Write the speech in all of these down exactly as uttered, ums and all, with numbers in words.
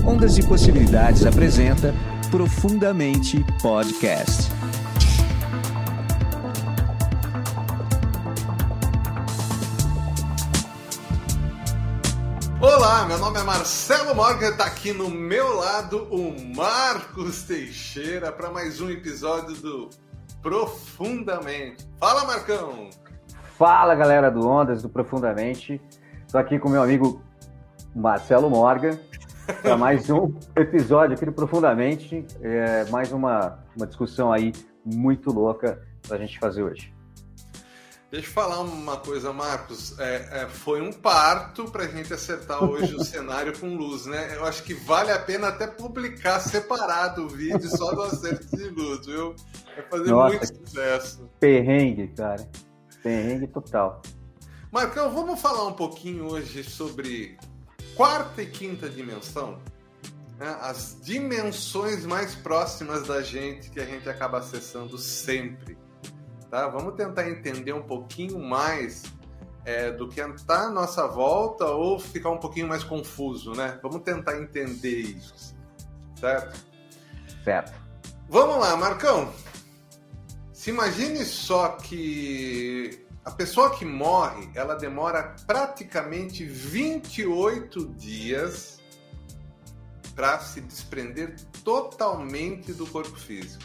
Ondas de Possibilidades apresenta Profundamente Podcast. Olá, meu nome é Marcelo Morgan, está aqui no meu lado o Marcos Teixeira para mais um episódio do Profundamente. Fala, Marcão! Fala, galera do Ondas do Profundamente. Estou aqui com meu amigo Marcelo Morgan para mais um episódio aqui do Profundamente. É, mais uma, uma discussão aí muito louca para a gente fazer hoje. Deixa eu falar uma coisa, Marcos. É, é, foi um parto para a gente acertar hoje o cenário com luz, né? Eu acho que vale a pena até publicar separado o vídeo só do acerto de luz, viu? Vai fazer Nossa, muito sucesso. Perrengue, cara. Perrengue total. Marcão, vamos falar um pouquinho hoje sobre quarta e quinta dimensão? Né? As dimensões mais próximas da gente que a gente acaba acessando sempre. Tá? Vamos tentar entender um pouquinho mais é, do que está à nossa volta ou ficar um pouquinho mais confuso, né? Vamos tentar entender isso, certo? Certo. Vamos lá, Marcão. Se imagine só que a pessoa que morre, ela demora praticamente vinte e oito dias para se desprender totalmente do corpo físico.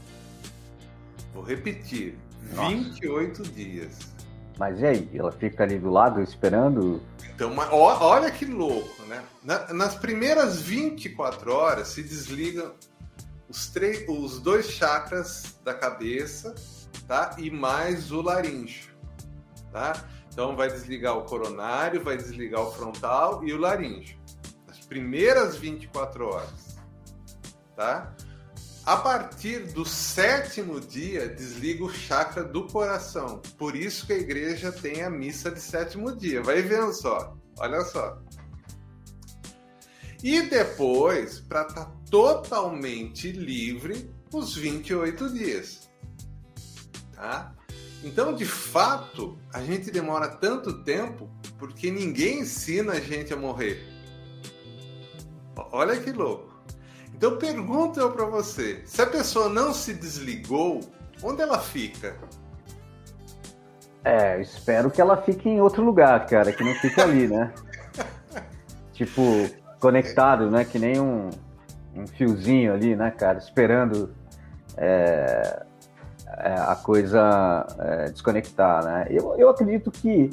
Vou repetir, Nossa. vinte e oito dias. Mas e aí? Ela fica ali do lado esperando? Então, olha que louco, né? Nas primeiras vinte e quatro horas se desligam os, três, os dois chakras da cabeça, tá? E mais o laríngeo, tá? Então vai desligar o coronário, vai desligar o frontal e o laríngeo. Nas primeiras vinte e quatro horas, tá? A partir do sétimo dia, desliga o chakra do coração. Por isso que a igreja tem a missa de sétimo dia. Vai vendo só. Olha só. E depois, para estar tá totalmente livre, os vinte e oito dias. Tá? Então, de fato, a gente demora tanto tempo porque ninguém ensina a gente a morrer. Olha que louco. Então pergunto eu para você, se a pessoa não se desligou, onde ela fica? É, espero que ela fique em outro lugar, cara, que não fique ali, né? Tipo, conectado, né? Que nem um, um fiozinho ali, né, cara? Esperando é, é, a coisa é, desconectar, né? Eu, eu acredito que,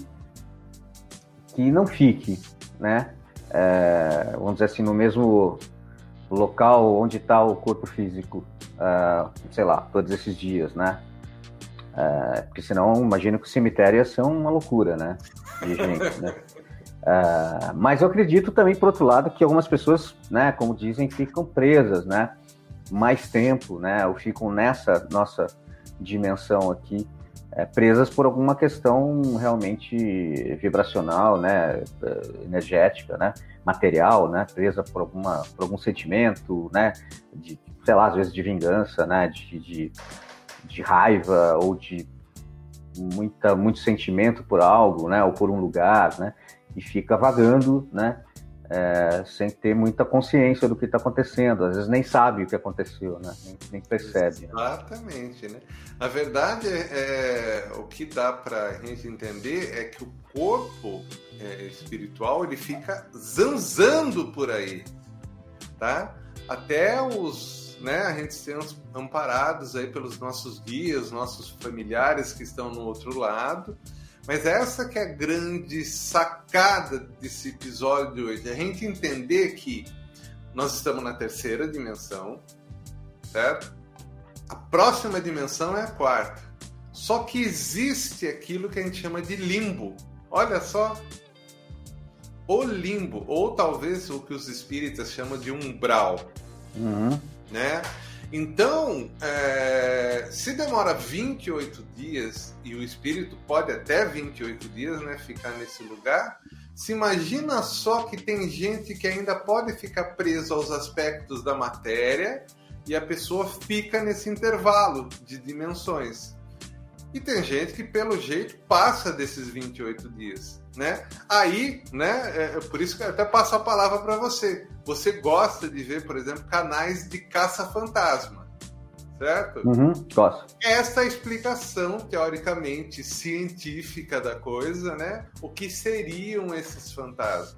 que não fique, né? É, vamos dizer assim, no mesmo local onde está o corpo físico, uh, sei lá, todos esses dias, né? Uh, porque senão, imagino que o cemitério ia ser uma loucura, né? De gente, né? Uh, mas eu acredito também, por outro lado, que algumas pessoas, né, como dizem, ficam presas, né? Mais tempo, né? Ou ficam nessa nossa dimensão aqui, é, presas por alguma questão realmente vibracional, né? Energética, né? Material, né, presa por, alguma, por algum sentimento, né, de, sei lá, às vezes de vingança, né, de, de, de raiva ou de muita, muito sentimento por algo, né, ou por um lugar, né, e fica vagando, né, é, sem ter muita consciência do que está acontecendo, às vezes nem sabe o que aconteceu, né, nem, nem percebe. Exatamente, né? Na verdade, é, é, o que dá para a gente entender é que o corpo é, espiritual, ele fica zanzando por aí, tá? Até os, né, a gente ser amparados aí pelos nossos guias, nossos familiares que estão no outro lado. Mas essa que é a grande sacada desse episódio de hoje, a gente entender que nós estamos na terceira dimensão, certo? A próxima dimensão é a quarta. Só que existe aquilo que a gente chama de limbo. Olha só. O limbo, ou talvez o que os espíritas chamam de umbral. Uhum. Né? Então, é, se demora vinte e oito dias, e o espírito pode até vinte e oito dias, né, ficar nesse lugar, se imagina só que tem gente que ainda pode ficar preso aos aspectos da matéria e a pessoa fica nesse intervalo de dimensões. E tem gente que, pelo jeito, passa desses vinte e oito dias. né? Aí, né? É por isso que eu até passo a palavra para você. Você gosta de ver, por exemplo, canais de caça-fantasma, certo? Uhum, gosto. Essa é a explicação, teoricamente, científica da coisa, né? O que seriam esses fantasmas?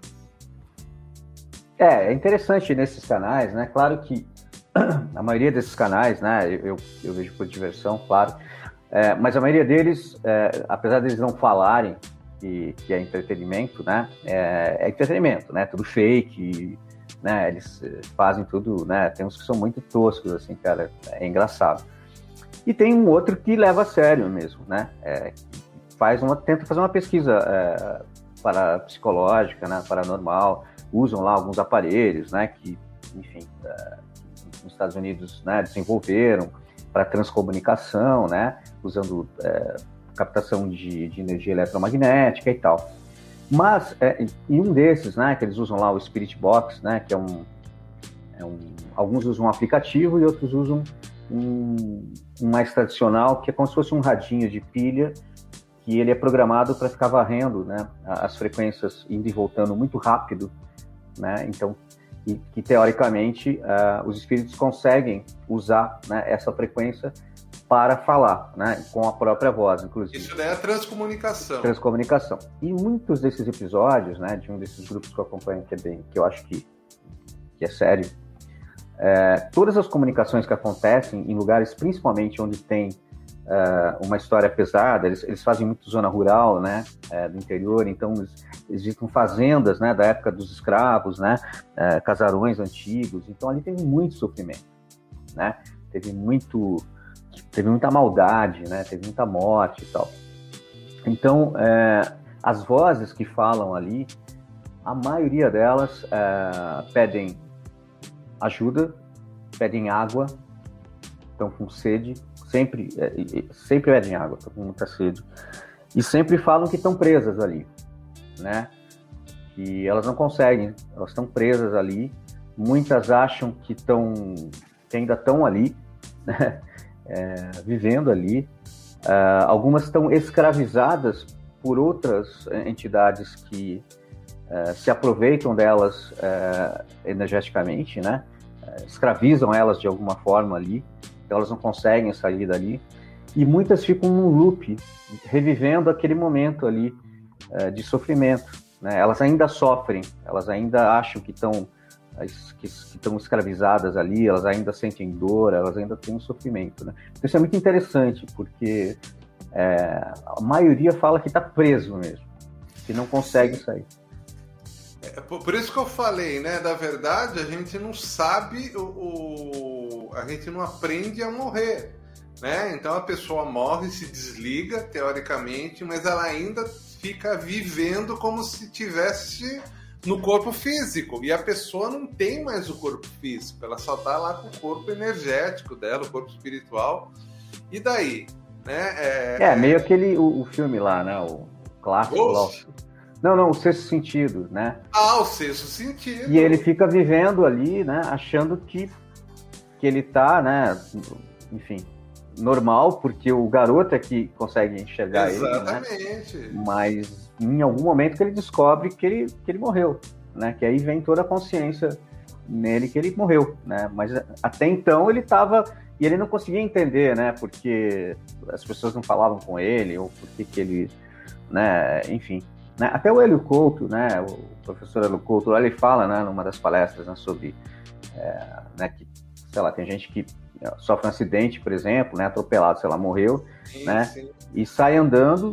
É, é interessante nesses canais, né? Claro que a maioria desses canais, né? Eu, eu vejo por diversão, claro. É, mas a maioria deles, é, apesar deles não falarem que, que é entretenimento, né? É, é entretenimento, né? Tudo fake, né? Eles fazem tudo, né? Tem uns que são muito toscos, assim, cara. É engraçado. E tem um outro que leva a sério mesmo, né? É, faz uma, tenta fazer uma pesquisa é, parapsicológica, né? Paranormal. Usam lá alguns aparelhos, né? Que, enfim, é, nos Estados Unidos, né? Desenvolveram para transcomunicação, né? Usando é, captação de, de energia eletromagnética e tal. Mas, é, em um desses, né, que eles usam lá o Spirit Box, né, que é um, é um... Alguns usam um aplicativo e outros usam um, um mais tradicional, que é como se fosse um radinho de pilha, que ele é programado para ficar varrendo, né, as frequências indo e voltando muito rápido, né, então, e, que teoricamente uh, os espíritos conseguem usar, né, essa frequência para falar, né, com a própria voz, inclusive. Isso daí é a transcomunicação. Transcomunicação. E muitos desses episódios, né, de um desses grupos que eu acompanho, que é bem, que eu acho que, que é sério, é, todas as comunicações que acontecem em lugares, principalmente onde tem é, uma história pesada, eles, eles fazem muito zona rural, né, é, do interior, então eles, existem fazendas, né, da época dos escravos, né, é, casarões antigos, então ali teve muito sofrimento, né, teve muito... teve muita maldade, né? Teve muita morte e tal. Então, é, as vozes que falam ali, a maioria delas é, pedem ajuda, pedem água, estão com sede, sempre, é, sempre pedem água, estão com muita sede. E sempre falam que estão presas ali, né? Que elas não conseguem, elas estão presas ali. Muitas acham que, tão, que ainda estão ali, né? É, vivendo ali. Uh, algumas estão escravizadas por outras entidades que uh, se aproveitam delas uh, energeticamente, né? Uh, escravizam elas de alguma forma ali, então elas não conseguem sair dali. E muitas ficam num loop, revivendo aquele momento ali uh, de sofrimento, né? Elas ainda sofrem, elas ainda acham que estão que estão escravizadas ali, elas ainda sentem dor, elas ainda têm um sofrimento, né? Então isso é muito interessante, porque é, a maioria fala que está preso mesmo, que não consegue Sim. sair. É, por isso que eu falei, né? Da verdade, a gente não sabe, o, o, a gente não aprende a morrer, né? Então a pessoa morre, se desliga, teoricamente, mas ela ainda fica vivendo como se tivesse no corpo físico, e a pessoa não tem mais o corpo físico, ela só tá lá com o corpo energético dela, o corpo espiritual, e daí, né? É, é meio aquele, o, o filme lá, né, o clássico lá. Não, não, o Sexto Sentido, né? Ah, o Sexto Sentido. E ele fica vivendo ali, né, achando que, que ele tá, né, enfim, normal, porque o garoto é que consegue enxergar Exatamente. ele, né? Mas em algum momento que ele descobre que ele, que ele morreu, né? Que aí vem toda a consciência nele que ele morreu, né? Mas até então ele estava... E ele não conseguia entender, né? Porque as pessoas não falavam com ele, ou porque que ele... né? Enfim. Né? Até o Hélio Couto, né? O professor Hélio Couto, ele fala, né? Numa das palestras, né? Sobre... É, né? Que, sei lá, tem gente que sofre um acidente, por exemplo, né? Atropelado, sei lá, morreu, sim, né? Sim. E sai andando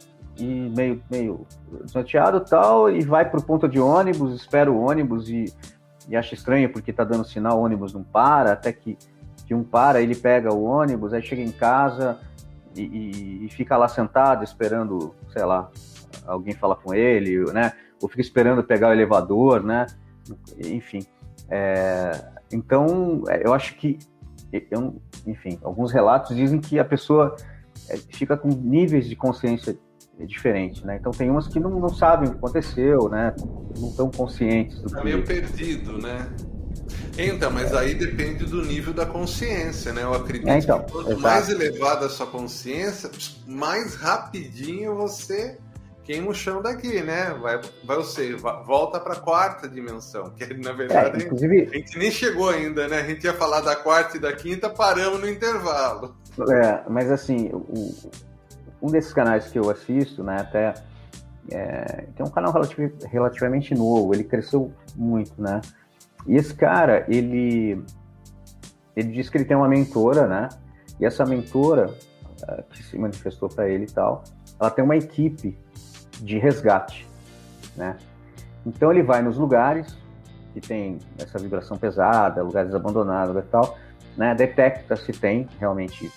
e meio, meio desnorteado e tal, e vai pro ponto de ônibus, espera o ônibus e, e acha estranho porque tá dando sinal, o ônibus não para, até que, que um para, ele pega o ônibus, aí chega em casa e, e, e fica lá sentado esperando, sei lá, alguém falar com ele, né? Ou fica esperando pegar o elevador, né? Enfim. É, então, eu acho que eu, enfim, alguns relatos dizem que a pessoa fica com níveis de consciência diferentes, né? Então tem umas que não, não sabem o que aconteceu, né? Não estão conscientes do tá que... meio perdido, né? Então, mas aí depende do nível da consciência, né? Eu acredito é, então, que quanto exato. mais elevada a sua consciência, mais rapidinho você... queima o chão daqui, né? Vai, vai ou seja, volta para a quarta dimensão, que na verdade é, inclusive, a gente nem chegou ainda, né? A gente ia falar da quarta e da quinta, paramos no intervalo. É, mas assim, o, um desses canais que eu assisto, né, até é, tem um canal relativ, relativamente novo, ele cresceu muito, né? E esse cara, ele, ele diz que ele tem uma mentora, né? E essa mentora, que se manifestou para ele e tal, ela tem uma equipe de resgate, né? Então ele vai nos lugares que tem essa vibração pesada, lugares abandonados e tal, né? Detecta se tem realmente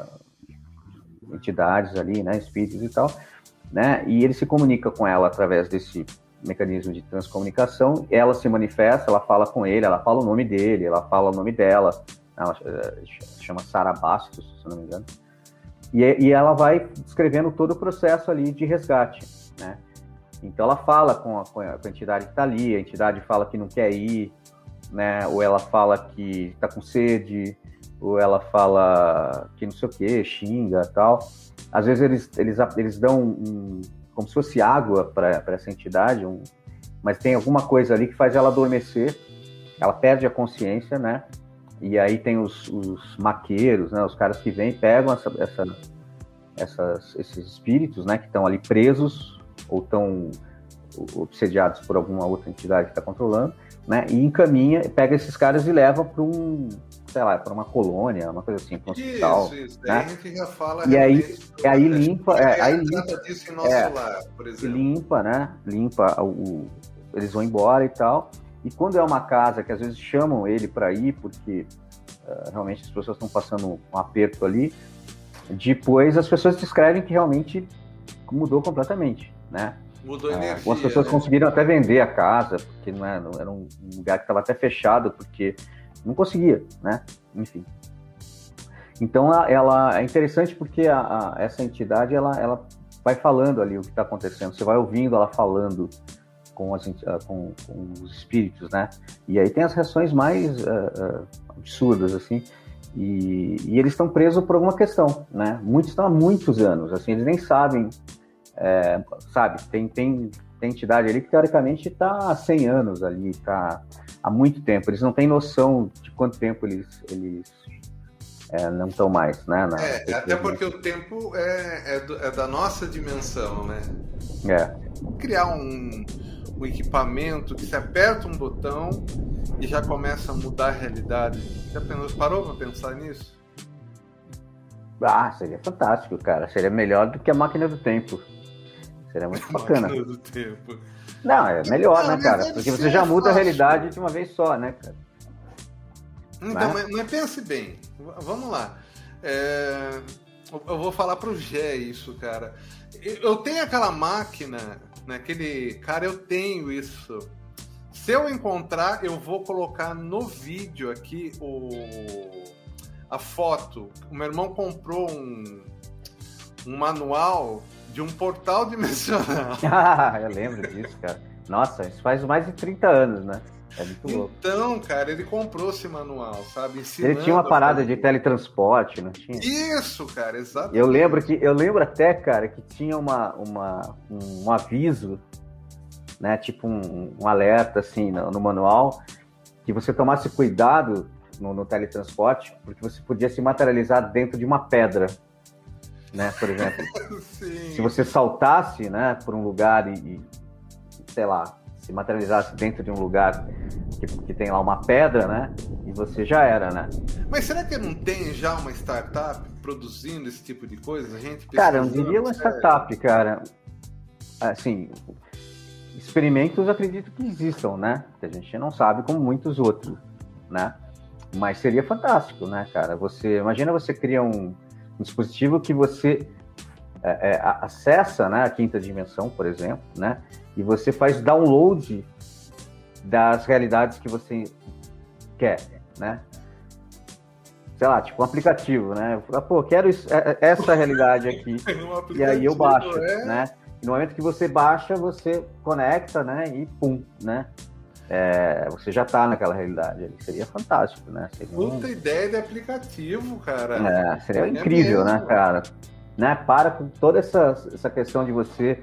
uh, entidades ali, né? Espíritos e tal, né? E ele se comunica com ela através desse mecanismo de transcomunicação. Ela se manifesta, ela fala com ele, ela fala o nome dele, ela fala o nome dela, ela uh, chama Sara Bastos, se eu não me engano. E, e ela vai descrevendo todo o processo ali de resgate, né? Então ela fala com a, com a entidade que está ali, a entidade fala que não quer ir, né? Ou ela fala que está com sede, ou ela fala que não sei o que, xinga e tal. Às vezes eles, eles, eles dão um, como se fosse água para essa entidade, um, mas tem alguma coisa ali que faz ela adormecer, ela perde a consciência, né? E aí tem os, os maqueiros, né, os caras que vêm, pegam essa, essa, essas, esses espíritos, né, que estão ali presos ou estão obsediados por alguma outra entidade que está controlando, né, e encaminha, pega esses caras e leva para um, sei lá, para uma colônia, uma coisa assim, para um hospital. Isso, isso. Né? Aí a gente já fala e aí, e aí limpa, é, aí limpa, disso em nosso é, lar, por exemplo. limpa, né, limpa, o, o, eles vão embora e tal. E quando é uma casa que às vezes chamam ele para ir, porque uh, realmente as pessoas estão passando um aperto ali, depois as pessoas descrevem que realmente mudou completamente, né? Mudou a energia. Uh, algumas pessoas, né, conseguiram até vender a casa, porque não era, não era um lugar que estava até fechado, porque não conseguia, né? Enfim. Então ela, ela é interessante porque a, a, essa entidade ela, ela vai falando ali o que está acontecendo, você vai ouvindo ela falando Com, as, com, com os espíritos, né? E aí tem as reações mais uh, uh, absurdas, assim, e, e eles estão presos por alguma questão, né? Muitos estão há muitos anos, assim, eles nem sabem, é, sabe? Tem, tem, tem entidade ali que, teoricamente, está há cem anos ali, está há muito tempo, eles não têm noção de quanto tempo eles, eles é, não estão mais, né? Na, é, até porque o tempo é, é, do, é da nossa dimensão, né? É. Criar um... um equipamento que se aperta um botão e já começa a mudar a realidade. Já parou para pensar nisso? Ah, seria fantástico, cara. Seria melhor do que a máquina do tempo. Seria muito bacana. Máquina do tempo. Não, é melhor, não, né, cara? Porque você já muda fácil. A realidade de uma vez só, né, cara? Então, mas, mas pense bem. Vamos lá. É... Eu vou falar pro Gé isso, cara. Eu tenho aquela máquina... Naquele cara, eu tenho isso. Se eu encontrar, eu vou colocar no vídeo aqui o, a foto. O meu irmão comprou um, um manual de um portal dimensional. Ah, eu lembro disso, cara. Nossa, isso faz mais de trinta anos, né? É muito louco. Então, cara, ele comprou esse manual, sabe? Ensinando, ele tinha uma parada de teletransporte, não tinha? Isso, cara, exatamente. Eu lembro, que, eu lembro até, cara, que tinha uma, uma, um, um aviso, né? Tipo um, um alerta, assim, no, no manual, que você tomasse cuidado no, no teletransporte, porque você podia se materializar dentro de uma pedra, né? Por exemplo. Sim. Se você saltasse, né, por um lugar e, e sei lá, se materializasse dentro de um lugar que, que tem lá uma pedra, né? E você já era, né? Mas será que não tem já uma startup produzindo esse tipo de coisa? A gente cara, eu não diria uma startup, cara. Assim, experimentos acredito que existam, né? Que a gente não sabe como muitos outros, né? Mas seria fantástico, né, cara? Você, imagina você cria um, um dispositivo que você é, é, acessa, né, a quinta dimensão, por exemplo, né? E você faz download das realidades que você quer, né? Sei lá, tipo um aplicativo, né? Pô, quero isso, essa realidade aqui. Um e aí eu baixo, é... né? E no momento que você baixa, você conecta, né? E pum, né? É, você já tá naquela realidade ali. Seria fantástico, né? Seria Puta um... ideia de aplicativo, cara. É, seria é incrível, mesmo. né, cara? Né? Para com toda essa, essa questão de você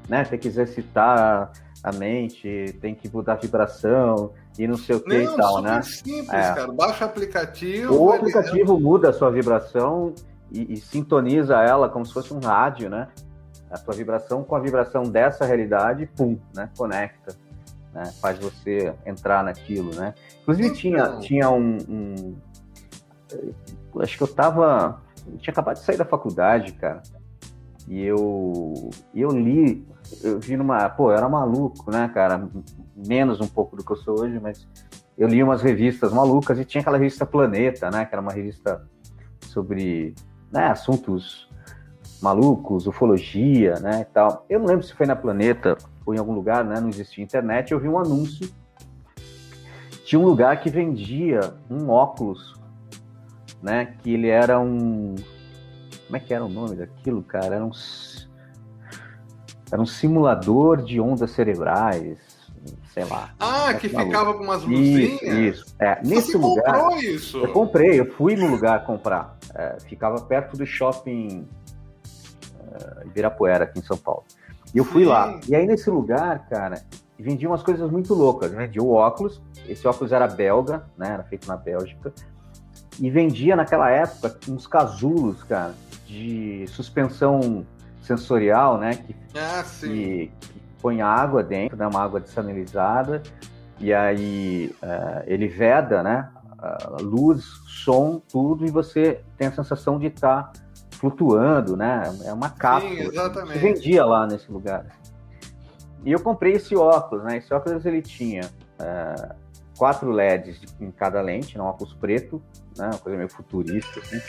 né? Tem que exercitar a mente, tem que mudar a vibração e não sei o que e tal, né? Simples, é. cara. Baixa o aplicativo. O aplicativo ali... muda a sua vibração e, e sintoniza ela como se fosse um rádio, né? A sua vibração com a vibração dessa realidade, pum, né? Conecta, né? Faz você entrar naquilo, né? Inclusive então... tinha, tinha um, um... Acho que eu tava... Eu tinha acabado de sair da faculdade, cara. E eu, eu li... Eu vi numa... Pô, eu era maluco, né, cara? Menos um pouco do que eu sou hoje, mas eu li umas revistas malucas e tinha aquela revista Planeta, né? Que era uma revista sobre, né, assuntos malucos, ufologia, né, e tal. Eu não lembro se foi na Planeta ou em algum lugar, né? Não existia internet. Eu vi um anúncio. Tinha um lugar que vendia um óculos, né? Que ele era um... Como é que era o nome daquilo, cara? Era um... Era um simulador de ondas cerebrais, sei lá. Ah, que ficava com umas luzinhas? Isso, isso. É, nesse Você lugar, comprou isso? Eu comprei, eu fui no lugar comprar. É, ficava perto do shopping uh, Ibirapuera, aqui em São Paulo. E eu fui Sim. lá. E aí, nesse lugar, cara, vendia umas coisas muito loucas. Vendia o óculos. Esse óculos era belga, né? Era feito na Bélgica. E vendia, naquela época, uns casulos, cara, de suspensão sensorial, né, que, ah, sim. que, que põe água dentro, né, uma água desalinizada, e aí uh, ele veda, né, uh, luz, som, tudo, e você tem a sensação de estar tá flutuando, né, é uma cápsula. Sim, exatamente. Que vendia lá nesse lugar. E eu comprei esse óculos, né, esse óculos ele tinha uh, quatro L E Ds em cada lente, né, um óculos preto, né, uma coisa meio futurista, assim.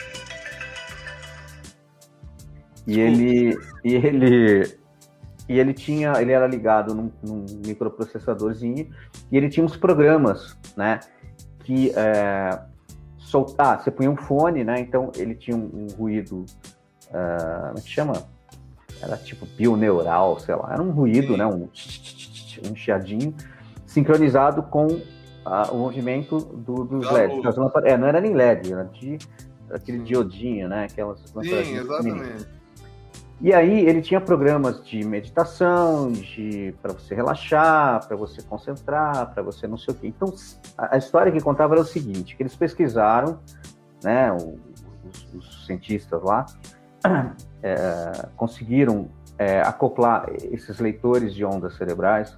E ele, e ele, e ele tinha, ele era ligado num, num microprocessadorzinho e ele tinha uns programas, né, que é, soltar, você punha um fone, né, então ele tinha um, um ruído, uh, como é que chama? Era tipo bioneural, sei lá, era um ruído, né, um, um chiadinho, sincronizado com uh, o movimento do, dos L E Ds. É, não era nem L E D, era de aquele Sim. diodinho, né, aquelas... Sim, exatamente. E aí ele tinha programas de meditação, de para você relaxar, para você concentrar, para você não sei o quê. Então, a, a história que contava era o seguinte, que eles pesquisaram, né, o, os, os cientistas lá, é, conseguiram é, acoplar esses leitores de ondas cerebrais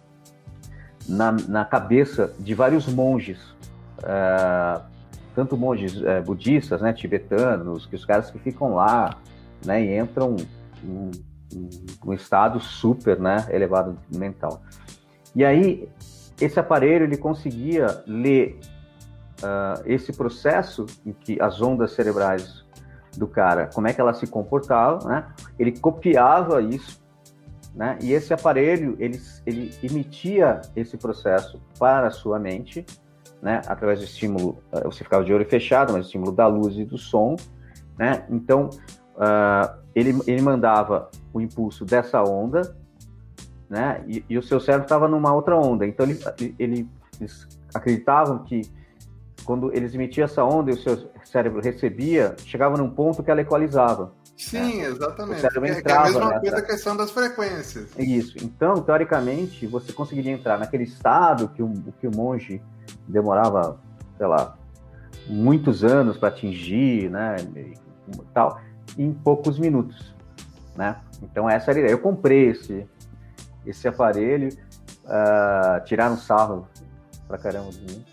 na, na cabeça de vários monges, é, tanto monges é, budistas, né, tibetanos, que os caras que ficam lá, né, e entram em um estado super, né, elevado mental. E aí, esse aparelho, ele conseguia ler uh, esse processo em que as ondas cerebrais do cara, como é que elas se comportavam, né, ele copiava isso, né, e esse aparelho, ele, ele emitia esse processo para a sua mente, né, através do estímulo, uh, você ficava de olho fechado, mas o estímulo da luz e do som, né, então... Uh, ele, ele mandava o impulso dessa onda, né, e, e o seu cérebro estava numa outra onda, então ele, ele, eles acreditavam que quando eles emitiam essa onda e o seu cérebro recebia, chegava num ponto que ela equalizava. Sim, né? Exatamente. O cérebro é, entrava é a mesma nessa... coisa a questão das frequências. Isso, então, teoricamente, você conseguiria entrar naquele estado que o, que o monge demorava, sei lá, muitos anos para atingir, né, e tal, em poucos minutos, né? Então essa era a ideia. Eu comprei esse, esse aparelho, uh, tiraram sarro pra caramba de mim,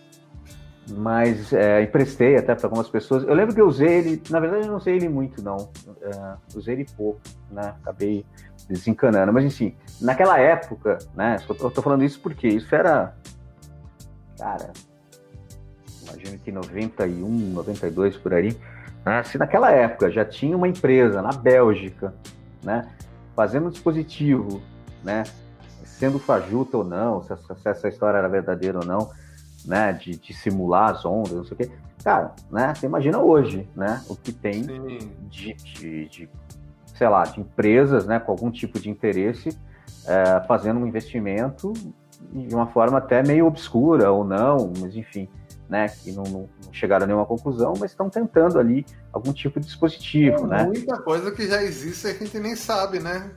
mas é, emprestei até para algumas pessoas. Eu lembro que eu usei ele, na verdade eu não usei ele muito não, uh, usei ele pouco, né? Acabei desencanando, mas enfim, naquela época, né? Eu tô falando isso porque isso era, cara, imagino que noventa e um, noventa e dois por aí. Se naquela época já tinha uma empresa na Bélgica, né, fazendo um dispositivo, né, sendo fajuta ou não, se essa, se essa história era verdadeira ou não, né, de, de simular as ondas, não sei o quê. Cara, né, você imagina hoje, né, o que tem de, de, de, sei lá, de empresas, né, com algum tipo de interesse, é, fazendo um investimento de uma forma até meio obscura ou não, mas enfim, né, que não, não chegaram a nenhuma conclusão, mas estão tentando ali algum tipo de dispositivo, é né? Muita coisa que já existe e a gente nem sabe, né?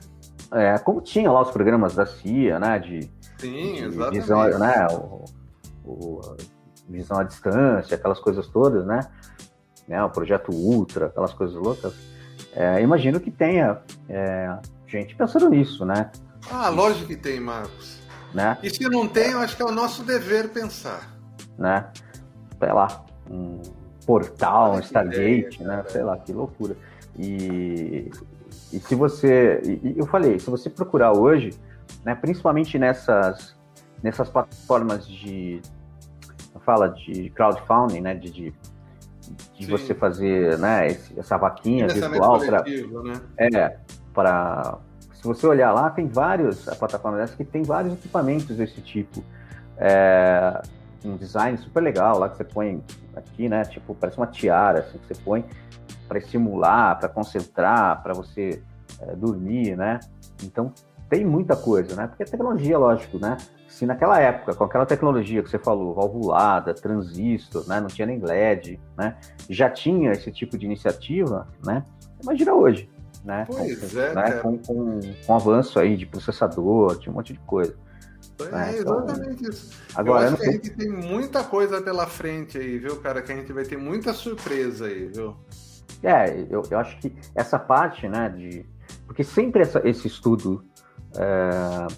É, como tinha lá os programas da C I A, né? De, Sim, de exatamente. visão, né? O, o, visão à distância, aquelas coisas todas, né? né? O projeto Ultra, aquelas coisas loucas. É, imagino que tenha é, gente pensando nisso, né? Ah, lógico que tem, Marcos. Né? E se não tem, eu acho que é o nosso dever pensar. Né? Sei lá, um portal, Olha um que Stargate, ideia, né? cara. Sei lá, que loucura. E, e se você... E, eu falei, se você procurar hoje, né, principalmente nessas, nessas plataformas de... fala de crowdfunding, né? De, de, de você fazer, né, esse, essa vaquinha virtual para... Né? É, para... Se você olhar lá, tem vários, a plataforma dessa que tem vários equipamentos desse tipo. É, um design super legal lá que você põe aqui, né? Tipo, parece uma tiara assim, que você põe para estimular, para concentrar, para você é, dormir, né? Então, tem muita coisa, né? Porque a tecnologia, lógico, né? Se naquela época, com aquela tecnologia que você falou, valvulada, transistor, né? Não tinha nem L E D, né? Já tinha esse tipo de iniciativa, né? Imagina hoje. Né? Pois com, é, né? cara. Com, com, com avanço aí de processador, de um monte de coisa. É, né? exatamente então, isso. Agora, eu acho eu que sei. a gente tem muita coisa pela frente aí, viu, cara? Que a gente vai ter muita surpresa aí, viu? É, eu, eu acho que essa parte, né, de... Porque sempre essa, esse estudo é,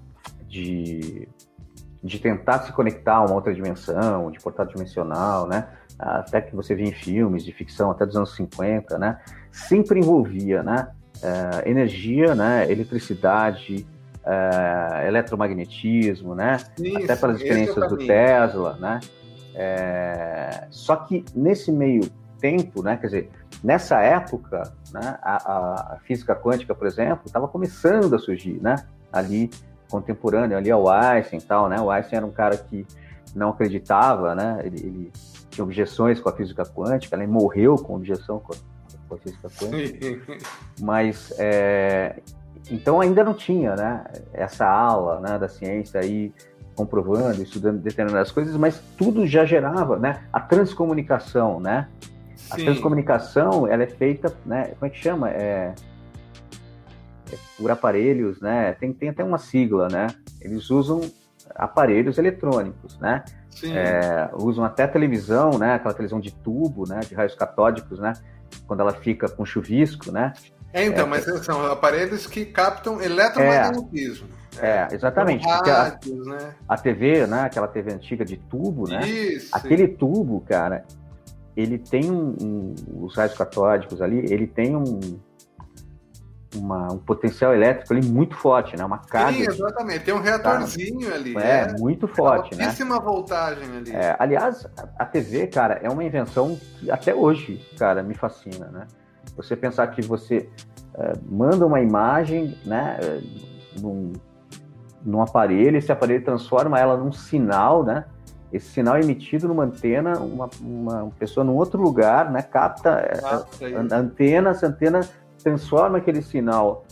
de, de tentar se conectar a uma outra dimensão, de portal dimensional, né? Até que você vê em filmes de ficção até dos anos cinquenta, né? Sempre envolvia, né? É, energia, né? Eletricidade, é, eletromagnetismo, né? Sim, até pelas sim, experiências é do Tesla, né? É, só que nesse meio tempo, né? Quer dizer, nessa época, né? A, a física quântica, por exemplo, estava começando a surgir, né? Ali contemporâneo, ali ao Einstein e tal, né? O Einstein era um cara que não acreditava, né? Ele, ele tinha objeções com a física quântica, ele morreu com objeção com a, com a física quântica, mas é, então ainda não tinha, né, essa ala, né, da ciência aí comprovando, estudando determinadas coisas, mas tudo já gerava, né, a transcomunicação, né, a Sim. transcomunicação, ela é feita, né, como é que chama, é, é por aparelhos, né, tem, tem até uma sigla, né, eles usam aparelhos eletrônicos, né? É, usam até televisão, né? Aquela televisão de tubo, né? De raios catódicos, né? Quando ela fica com chuvisco, né? É, então, é, mas são aparelhos que captam eletromagnetismo. É, é exatamente. Então, porque rádios, a, né? a T V, né? Aquela T V antiga de tubo, né? Isso. Aquele tubo, cara, ele tem um, um, os raios catódicos ali, ele tem um Uma, um potencial elétrico ali muito forte, né? Uma carga. Sim, exatamente. Tem um reatorzinho tá, ali. É, é muito forte, né? Altíssima voltagem ali. É, aliás, a, a T V, cara, é uma invenção que até hoje, cara, me fascina, né? Você pensar que você é, manda uma imagem, né? Num, num aparelho, esse aparelho transforma ela num sinal, né? Esse sinal é emitido numa antena, uma, uma pessoa num outro lugar, né? Capta ah, a, a antena, essa antena transforma aquele sinal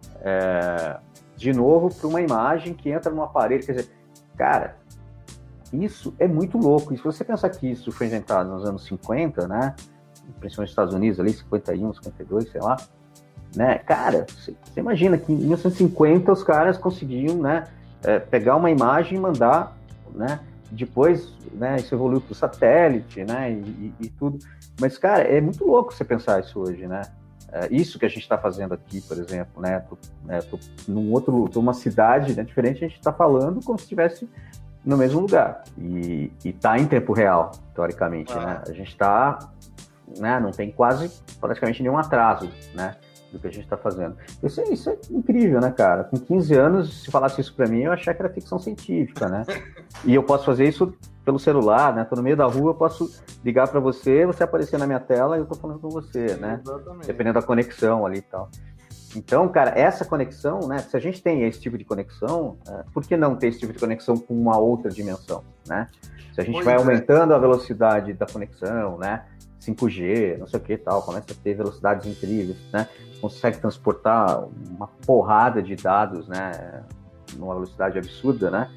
é, de novo para uma imagem que entra no aparelho. Quer dizer, cara, isso é muito louco. E se você pensar que isso foi inventado nos anos cinquenta, né? Principalmente nos Estados Unidos, ali, cinquenta e um, cinquenta e dois, sei lá. Né? Cara, você imagina que em mil novecentos e cinquenta os caras conseguiam, né, é, pegar uma imagem e mandar, né? Depois, né, isso evoluiu para o satélite, né? E, e, e tudo. Mas, cara, é muito louco você pensar isso hoje, né? É, isso que a gente está fazendo aqui, por exemplo, né? Tô, é, tô num outro, tô numa cidade, né, diferente, a gente está falando como se estivesse no mesmo lugar e está em tempo real, teoricamente, ah. né? A gente está, né? Não tem quase, praticamente nenhum atraso, né? Do que a gente está fazendo. Isso, isso é incrível, né, cara? Com quinze anos, se falasse isso para mim, eu achava que era ficção científica, né? E eu posso fazer isso pelo celular, né? Tô no meio da rua, eu posso ligar para você, você aparecer na minha tela e eu tô falando com você, né? Exatamente. Dependendo da conexão ali e tal. Então, cara, essa conexão, né? Se a gente tem esse tipo de conexão, é, por que não ter esse tipo de conexão com uma outra dimensão, né? Se a gente pois vai é. aumentando a velocidade da conexão, né? cinco G, não sei o que e tal, começa a ter velocidades incríveis, né? Consegue transportar uma porrada de dados, né? Numa velocidade absurda, né?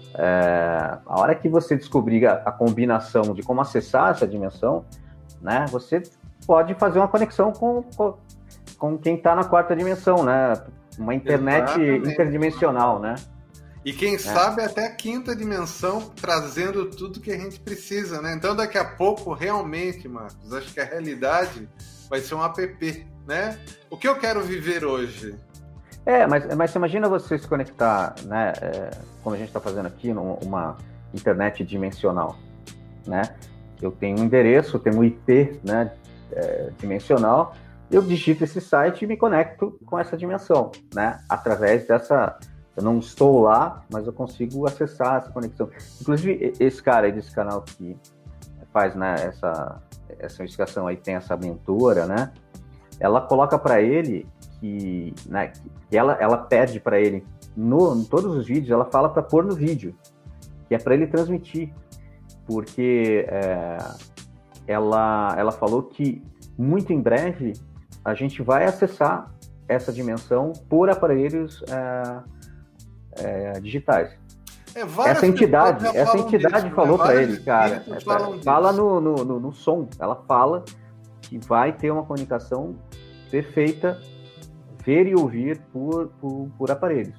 É, a hora que você descobrir a, a combinação de como acessar essa dimensão, né? Você pode fazer uma conexão com, com, com quem está na quarta dimensão, né? uma internet Exatamente. interdimensional, né? E quem é. sabe até a quinta dimensão, trazendo tudo que a gente precisa, né? Então, daqui a pouco, realmente, Marcos, acho que a realidade vai ser um app, né? O que eu quero viver hoje? É, mas, mas imagina você se conectar, né? É, como a gente está fazendo aqui, numa internet dimensional, né? Eu tenho um endereço, eu tenho um I P, né? É, dimensional, eu digito esse site e me conecto com essa dimensão, né? Através dessa... Eu não estou lá, mas eu consigo acessar essa conexão. Inclusive, esse cara aí desse canal que faz, né, essa, essa investigação aí, tem essa mentora, né? Ela coloca para ele que, né, que ela, ela pede para ele, no, em todos os vídeos, ela fala para pôr no vídeo, que é para ele transmitir. Porque é, ela, ela falou que muito em breve a gente vai acessar essa dimensão por aparelhos é, é, digitais. É, essa entidade, essa entidade disso, falou né? para ele, cara, essa, fala no, no, no, no som, ela fala que vai ter uma comunicação perfeita, ver e ouvir por, por, por aparelhos.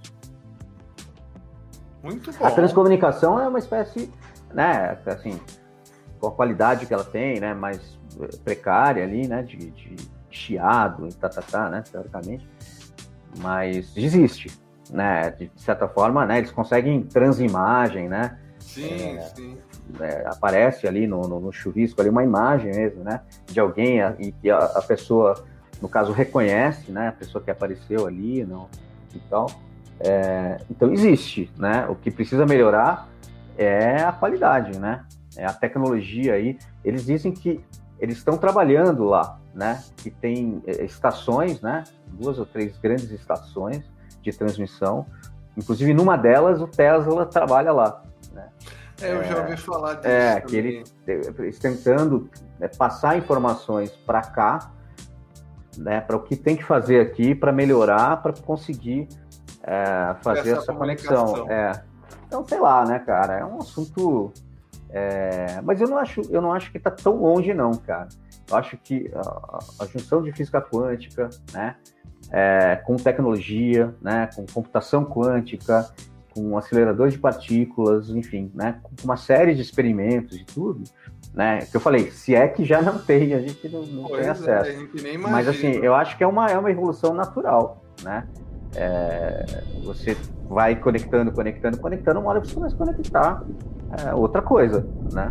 Muito bom. A transcomunicação é uma espécie, né, assim, com a qualidade que ela tem, né, mais precária ali, né, de, de chiado e tá, tá, tá, né, teoricamente, mas existe, né, de certa forma, né, eles conseguem transimagem, né, sim, é, sim. É, aparece ali no, no, no chuvisco ali uma imagem mesmo, né, de alguém a, e que a, a pessoa, no caso, reconhece, né, a pessoa que apareceu ali, não, e tal. É, então existe, né, o que precisa melhorar é a qualidade, né, é a tecnologia aí. Eles dizem que eles estão trabalhando lá, né, que tem estações, né, duas ou três grandes estações de transmissão, inclusive numa delas o Tesla trabalha lá, né. É, eu já ouvi falar disso. É, que eles, eles tentando né, passar informações para cá, né, para o que tem que fazer aqui para melhorar, para conseguir é, fazer essa, essa conexão. É. Então, sei lá, né, cara, é um assunto... É, mas eu não acho, eu não acho que está tão longe, não, cara. Eu acho que a, a junção de física quântica, né, é, com tecnologia, né, com computação quântica, com acelerador de partículas, enfim, né, com uma série de experimentos e tudo, né, que eu falei, se é que já não tem, a gente não, não tem acesso. É, a gente nem imagina. Mas assim, eu acho que é uma, é uma evolução natural, né, é, você vai conectando, conectando, conectando, uma hora você vai se conectar é, outra coisa, né,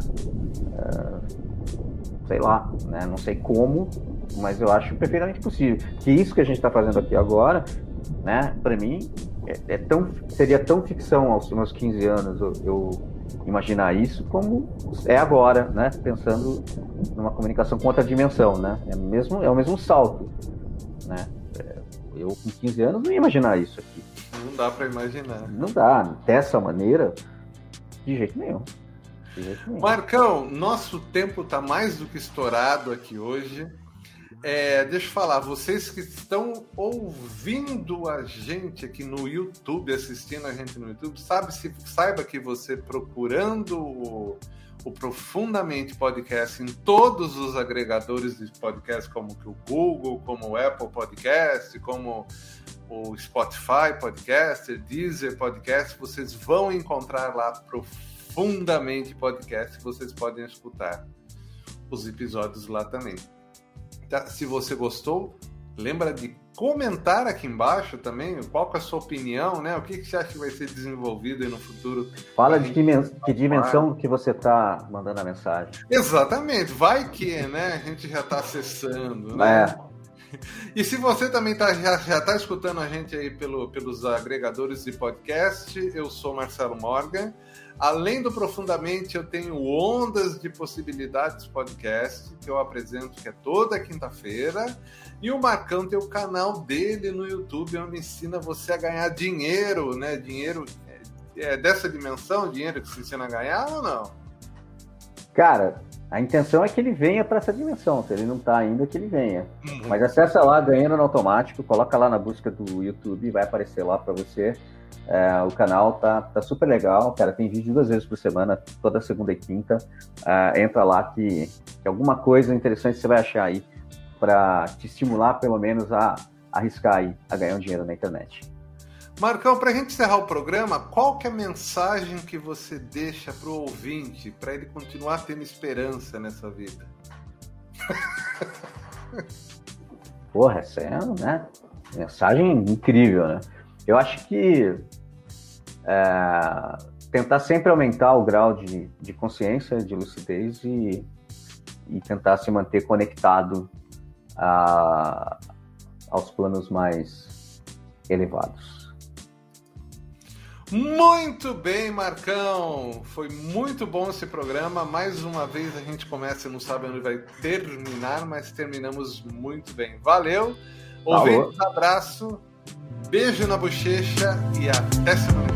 é, sei lá, né, não sei como, mas eu acho perfeitamente possível, que isso que a gente está fazendo aqui agora, né, para mim, É, é tão, seria tão ficção aos meus quinze anos eu, eu imaginar isso como é agora, né? Pensando numa comunicação com outra dimensão, né? É, mesmo, é o mesmo salto, né? Eu com quinze anos não ia imaginar isso aqui. Não dá para imaginar. Não dá, dessa maneira, de jeito nenhum. De jeito nenhum. Marcão, nosso tempo está mais do que estourado aqui hoje. É, deixa eu falar, vocês que estão ouvindo a gente aqui no YouTube, assistindo a gente no YouTube, sabe, se, saiba que você procurando o, o Profundamente Podcast em todos os agregadores de podcast, como o Google, como o Apple Podcast, como o Spotify Podcast, Deezer Podcast, vocês vão encontrar lá Profundamente Podcast, vocês podem escutar os episódios lá também. Se você gostou, lembra de comentar aqui embaixo também qual que é a sua opinião, né? O que, que você acha que vai ser desenvolvido aí no futuro. Fala de que, que dimensão que você está mandando a mensagem. Exatamente, vai que, né? A gente já está acessando, né? É. E se você também tá, já está escutando a gente aí pelo, pelos agregadores de podcast, eu sou Marcelo Morgan. Além do Profundamente, eu tenho Ondas de Possibilidades Podcast, que eu apresento, que é toda quinta-feira. E o Marcão tem o canal dele no YouTube, onde ensina você a ganhar dinheiro, né? Dinheiro é dessa dimensão, dinheiro que se ensina a ganhar ou não? Cara, a intenção é que ele venha para essa dimensão. Se ele não está ainda, que ele venha. Uhum. Mas acessa lá, ganhando no automático, coloca lá na busca do YouTube, vai aparecer lá para você. É, o canal tá, tá super legal, cara, tem vídeo duas vezes por semana, toda segunda e quinta. É, entra lá que, que alguma coisa interessante você vai achar aí para te estimular pelo menos a, arriscar aí a ganhar um dinheiro na internet. Marcão, para a gente encerrar o programa, qual que é a mensagem que você deixa para o ouvinte, para ele continuar tendo esperança nessa vida? Porra, essa é uma, né, mensagem incrível, né? Eu acho que é, tentar sempre aumentar o grau de, de consciência, de lucidez e, e tentar se manter conectado a, aos planos mais elevados. Muito bem, Marcão! Foi muito bom esse programa. Mais uma vez a gente começa e não sabe onde vai terminar, mas terminamos muito bem. Valeu! Ouvintes, abraço, beijo na bochecha e até semana que vem.